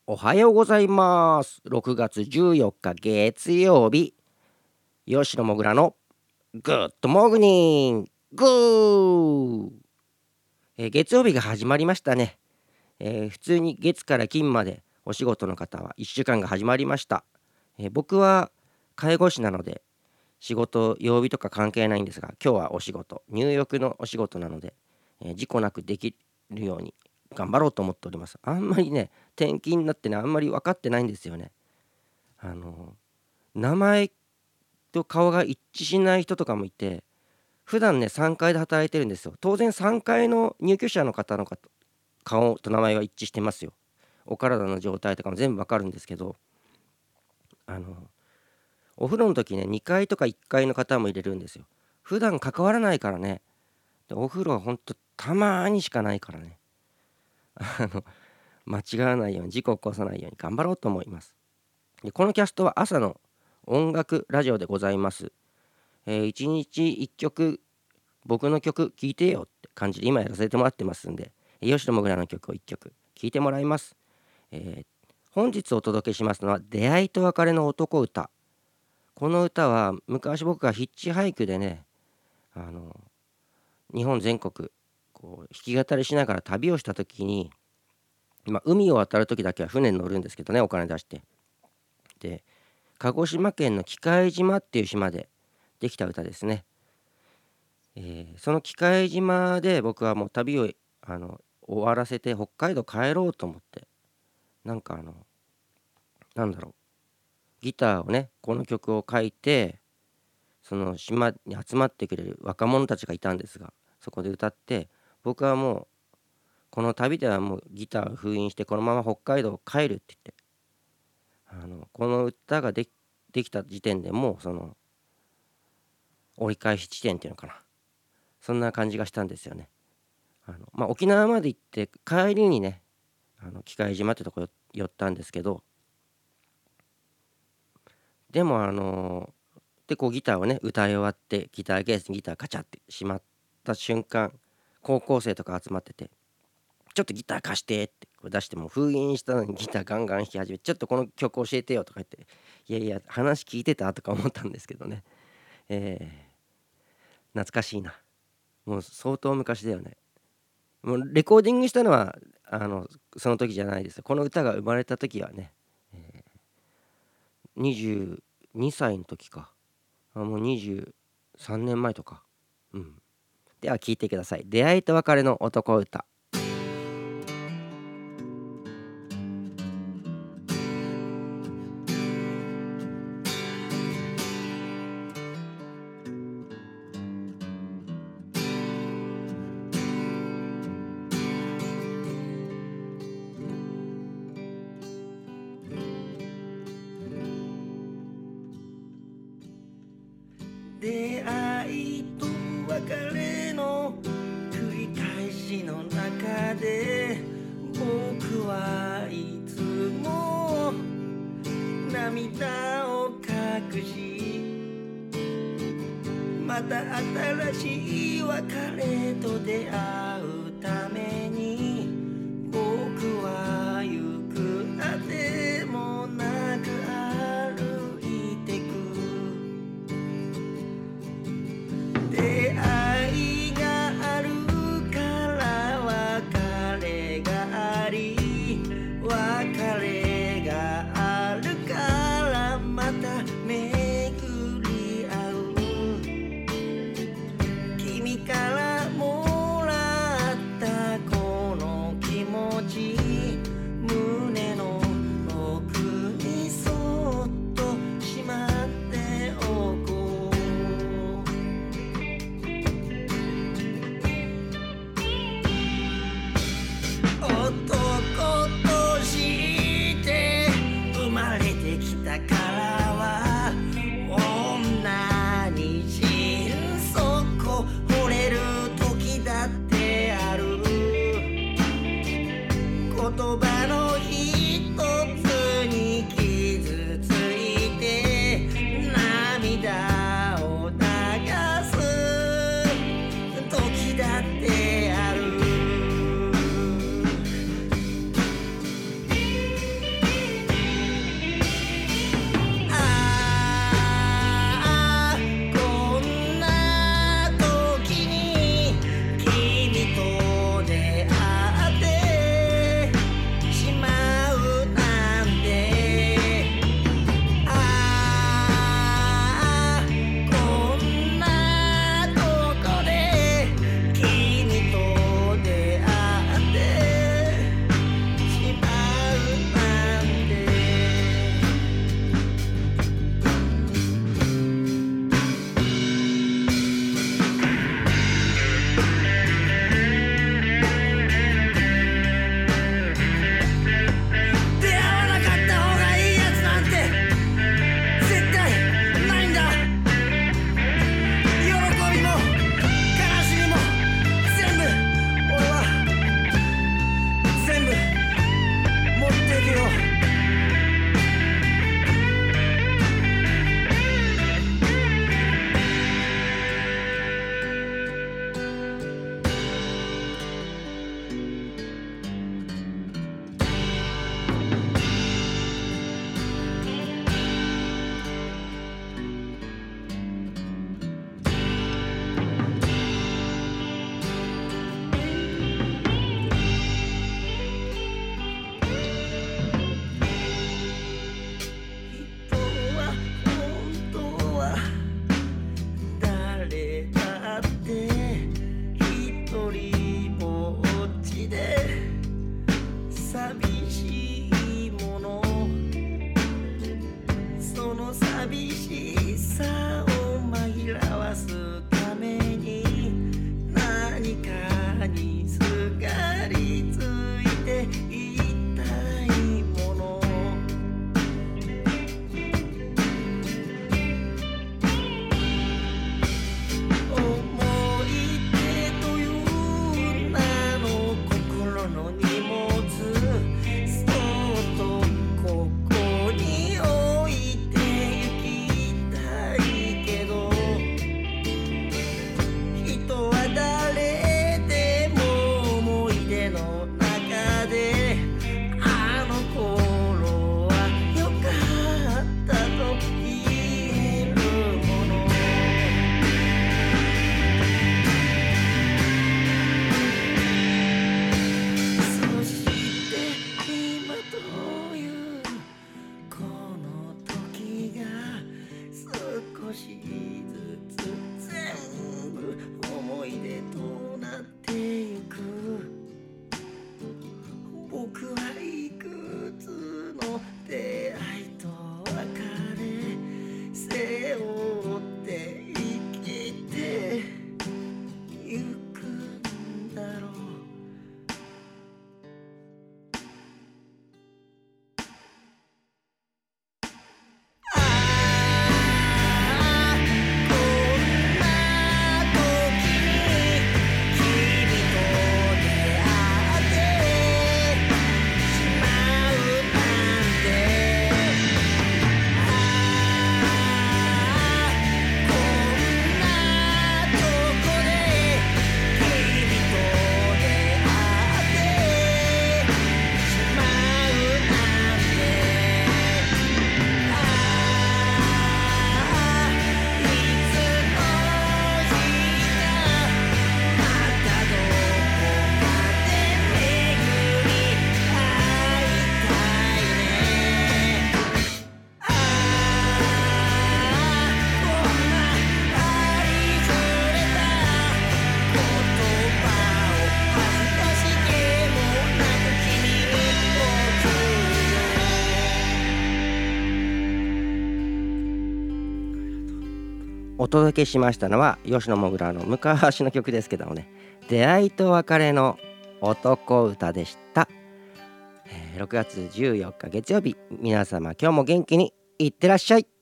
おはようございます。6月14日月曜日、吉野もぐらのグッドモーニングー、月曜日が始まりましたね。普通に月から金までお仕事の方は1週間が始まりました。僕は介護士なので仕事曜日とか関係ないんですが、今日はお仕事入浴のお仕事なので、事故なくできるように頑張ろうと思っております。あんまりね、転勤になってね、あんまり分かってないんですよね。あの名前と顔が一致しない人とかもいて、普段ね3階で働いてるんですよ。当然3階の入居者の方の顔と名前は一致してますよ。お体の状態とかも全部わかるんですけど、あのお風呂の時ね、2階とか1階の方も入れるんですよ。普段関わらないからね。でお風呂はほんとたまにしかないからね。あの間違わないように、事故を起こさないように頑張ろうと思います。でこのキャストは朝の音楽ラジオでございます。1日1曲僕の曲聴いてよって感じで今やらせてもらってますんで、吉野もぐらの曲を1曲聴いてもらいます。本日お届けしますのは出会いと別れの男歌。この歌は昔僕がヒッチハイクでね、あの日本全国こう弾き語りしながら旅をした時に、海を渡る時だけは船に乗るんですけどね、お金出して。で鹿児島県の喜界島っていう島でできた歌ですね。その喜界島で僕はもう旅を終わらせて北海道帰ろうと思って、なんかなんだろう、ギターをね、この曲を書いて、その島に集まってくれる若者たちがいたんですが、そこで歌って、僕はもうこの旅ではもうギターを封印してこのまま北海道帰るって言って、この歌ができた時点でもうその折り返し地点っていうのかな、そんな感じがしたんですよね。沖縄まで行って帰りにね、喜界島ってとこ寄ったんですけど、でもでこうギターをね歌い終わってギターケースにギターカチャってしまった瞬間、高校生とか集まってて「ちょっとギター貸して」ってこう出して、も封印したのにギターガンガン弾き始めて「ちょっとこの曲教えてよ」とか言って、いやいや話聞いてたとか思ったんですけどね。懐かしいな。もう相当昔だよね。もうレコーディングしたのはその時じゃないですよ。この歌が生まれた時はね、22歳の時か。もう23年前とか。うん。では聴いてください。出会いと別れの男歌。 出会いと別れの繰り返しの中で、僕はいつも涙を隠し、また新しい別れと出会うために、僕は行くあてもなく歩いてく。出会いがあるから別れがあり、別れがあるからまた巡り合う。君からもら寂しさを紛らわすために何かにすがりついていたいもの思い出という名の心の荷物そっとここに置いて行きたいけど人は誰でも思い出の中であの頃は良かったと言えるものそして今というこの時が少しずつ全部思い出となってゆく僕はいくつの出会いと別れ背負って生きてゆくんだろうああこんな時に君と出会ってしまうなんてああこんなとこで君と出会ってしまうなんてああいつの日かまたどこかで巡り会いたいねああこんなありふれた言葉を恥ずかしげもなく君に送るよお届けしましたのは吉野もぐらの昔の曲ですけどもね、出会いと別れの男歌でした。6月14日月曜日、皆様今日も元気にいってらっしゃい。